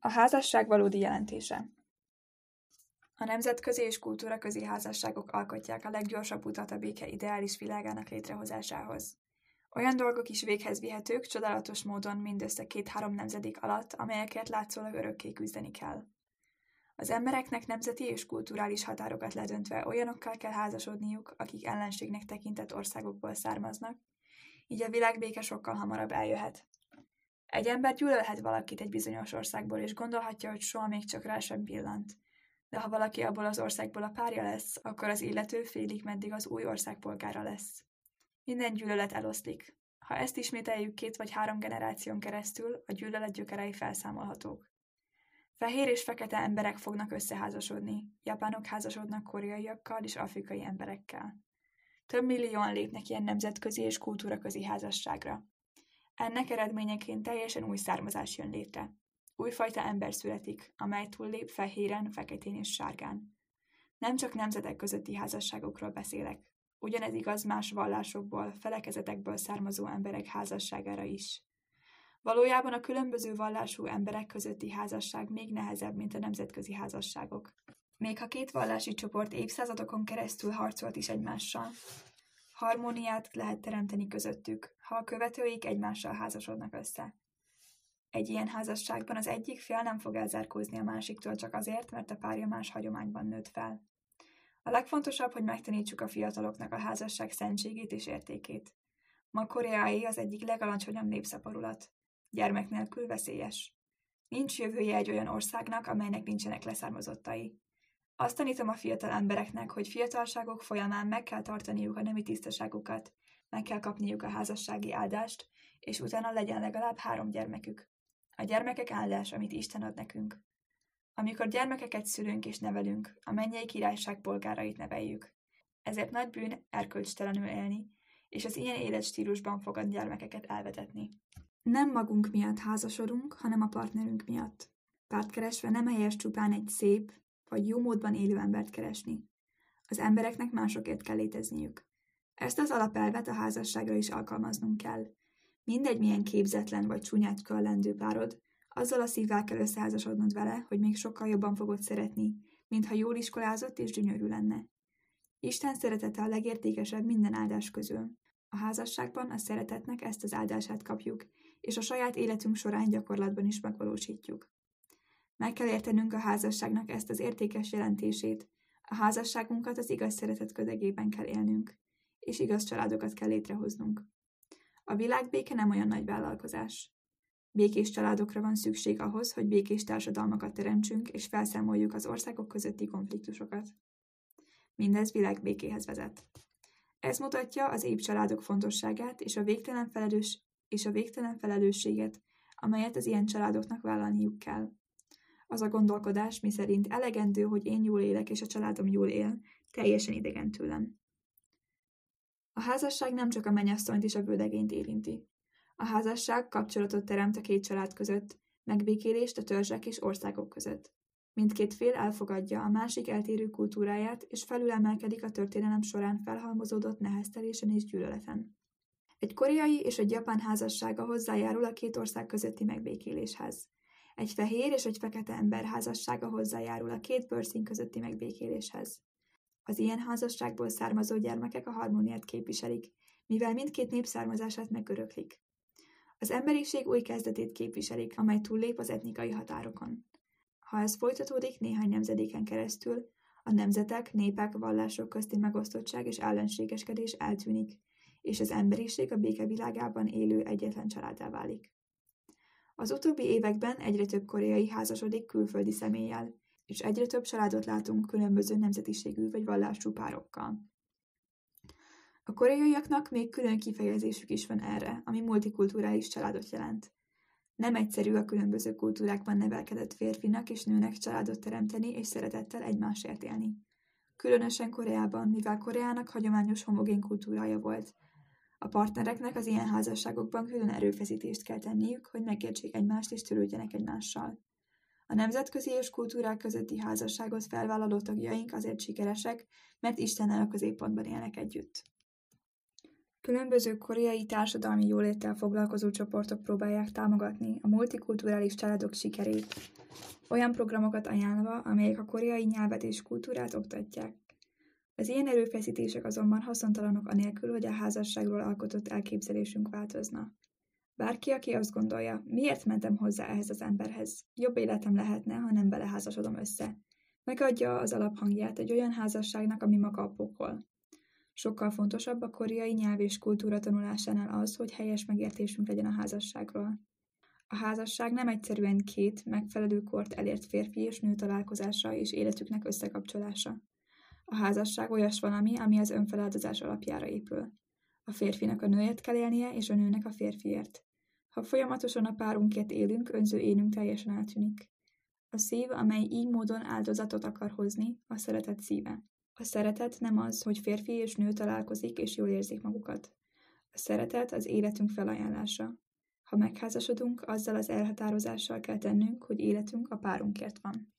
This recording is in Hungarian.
A házasság valódi jelentése. A nemzetközi és kultúraközi házasságok alkotják a leggyorsabb utat a béke ideális világának létrehozásához. Olyan dolgok is véghez vihetők csodálatos módon mindössze 2-3 nemzedék alatt, amelyekért látszólag örökké küzdeni kell. Az embereknek nemzeti és kulturális határokat ledöntve olyanokkal kell házasodniuk, akik ellenségnek tekintett országokból származnak, így a világbéke sokkal hamarabb eljöhet. Egy ember gyűlölhet valakit egy bizonyos országból, és gondolhatja, hogy soha még csak rá sem pillant. De ha valaki abból az országból a párja lesz, akkor az illető félig meddig az új ország polgára lesz. Minden gyűlölet eloszlik. Ha ezt ismételjük 2 vagy 3 generáción keresztül, a gyűlölet gyökerei felszámolhatók. Fehér és fekete emberek fognak összeházasodni, japánok házasodnak koreaiakkal és afrikai emberekkel. Több millióan lépnek ilyen nemzetközi és kultúraközi házasságra. Ennek eredményeként teljesen új származás jön létre. Újfajta ember születik, amely túllép fehéren, feketén és sárgán. Nem csak nemzetek közötti házasságokról beszélek. Ugyanez igaz más vallásokból, felekezetekből származó emberek házasságára is. Valójában a különböző vallású emberek közötti házasság még nehezebb, mint a nemzetközi házasságok. Még ha 2 vallási csoport évszázadokon keresztül harcolt is egymással, harmóniát lehet teremteni közöttük, ha a követőik egymással házasodnak össze. Egy ilyen házasságban az egyik fél nem fog elzárkózni a másiktól csak azért, mert a párja más hagyományban nőtt fel. A legfontosabb, hogy megtanítsuk a fiataloknak a házasság szentségét és értékét. Ma Koreái az egyik legalacsonyabb népszaporulat. Gyermek nélkül veszélyes. Nincs jövője egy olyan országnak, amelynek nincsenek leszármazottai. Azt tanítom a fiatal embereknek, hogy fiatalságok folyamán meg kell tartaniuk a nemi tisztaságukat, meg kell kapniuk a házassági áldást, és utána legyen legalább 3 gyermekük. A gyermekek áldás, amit Isten ad nekünk. Amikor gyermekeket szülünk és nevelünk, a mennyei királyság polgárait neveljük. Ezért nagy bűn erkölcstelenül élni, és az ilyen életstílusban fogad gyermekeket elvetetni. Nem magunk miatt házasodunk, hanem a partnerünk miatt. Párt keresve nem helyes csupán egy szép, vagy jó módban élő embert keresni. Az embereknek másokért kell létezniük. Ezt az alapelvet a házasságra is alkalmaznunk kell. Mindegy, milyen képzetlen vagy csúnyácska a lendő párod, azzal a szívvel kell összeházasodnod vele, hogy még sokkal jobban fogod szeretni, mintha jól iskolázott és gyönyörű lenne. Isten szeretete a legértékesebb minden áldás közül. A házasságban a szeretetnek ezt az áldását kapjuk, és a saját életünk során gyakorlatban is megvalósítjuk. Meg kell értenünk a házasságnak ezt az értékes jelentését, a házasságunkat az igaz szeretet közegében kell élnünk, és igaz családokat kell létrehoznunk. A világbéke nem olyan nagy vállalkozás. Békés családokra van szükség ahhoz, hogy békés társadalmakat teremtsünk, és felszámoljuk az országok közötti konfliktusokat. Mindez világbékéhez vezet. Ez mutatja az épp családok fontosságát és a végtelen felelősséget, amelyet az ilyen családoknak vállalniuk kell. Az a gondolkodás, miszerint elegendő, hogy én jól élek és a családom jól él, teljesen idegen tőlem. A házasság nem csak a mennyasszonyt és a vődegényt érinti. A házasság kapcsolatot teremt a 2 család között, megbékélést a törzsek és országok között. Mindkét fél elfogadja a másik eltérő kultúráját, és felülemelkedik a történelem során felhalmozódott neheztelésen és gyűlöleten. Egy koreai és egy japán házassága hozzájárul a 2 ország közötti megbékéléshez. Egy fehér és egy fekete ember házassága hozzájárul a 2 bőrszín közötti megbékéléshez. Az ilyen házasságból származó gyermekek a harmóniát képviselik, mivel mindkét nép származását megöröklik. Az emberiség új kezdetét képviselik, amely túllép az etnikai határokon. Ha ez folytatódik néhány nemzedéken keresztül, a nemzetek, népek, vallások közti megosztottság és ellenségeskedés eltűnik, és az emberiség a békevilágában élő egyetlen családdá válik. Az utóbbi években egyre több koreai házasodik külföldi személlyel, és egyre több családot látunk különböző nemzetiségű vagy vallású párokkal. A koreaiaknak még külön kifejezésük is van erre, ami multikulturális családot jelent. Nem egyszerű a különböző kultúrákban nevelkedett férfinak és nőnek családot teremteni és szeretettel egymásért élni. Különösen Koreában, mivel Koreának hagyományos homogén kultúrája volt. A partnereknek az ilyen házasságokban külön erőfeszítést kell tenniük, hogy megértsék egymást és törődjenek egymással. A nemzetközi és kultúrák közötti házasságot felvállaló tagjaink azért sikeresek, mert Istennel a középpontban élnek együtt. Különböző koreai társadalmi jóléttel foglalkozó csoportok próbálják támogatni a multikulturális családok sikerét, olyan programokat ajánlva, amelyek a koreai nyelvet és kultúrát oktatják. Az ilyen erőfeszítések azonban haszontalanok anélkül, hogy a házasságról alkotott elképzelésünk változna. Bárki, aki azt gondolja, miért mentem hozzá ehhez az emberhez, jobb életem lehetne, ha nem vele házasodom össze, megadja az alaphangját egy olyan házasságnak, ami maga a pokol. Sokkal fontosabb a koreai nyelv és kultúra tanulásánál az, hogy helyes megértésünk legyen a házasságról. A házasság nem egyszerűen két megfelelő kort elért férfi és nő találkozása és életüknek összekapcsolása. A házasság olyas valami, ami az önfeláldozás alapjára épül. A férfinak a nőért kell élnie, és a nőnek a férfiért. Ha folyamatosan a párunkért élünk, önző énünk teljesen eltűnik. A szív, amely így módon áldozatot akar hozni, a szeretet szíve. A szeretet nem az, hogy férfi és nő találkozik és jól érzik magukat. A szeretet az életünk felajánlása. Ha megházasodunk, azzal az elhatározással kell tennünk, hogy életünk a párunkért van.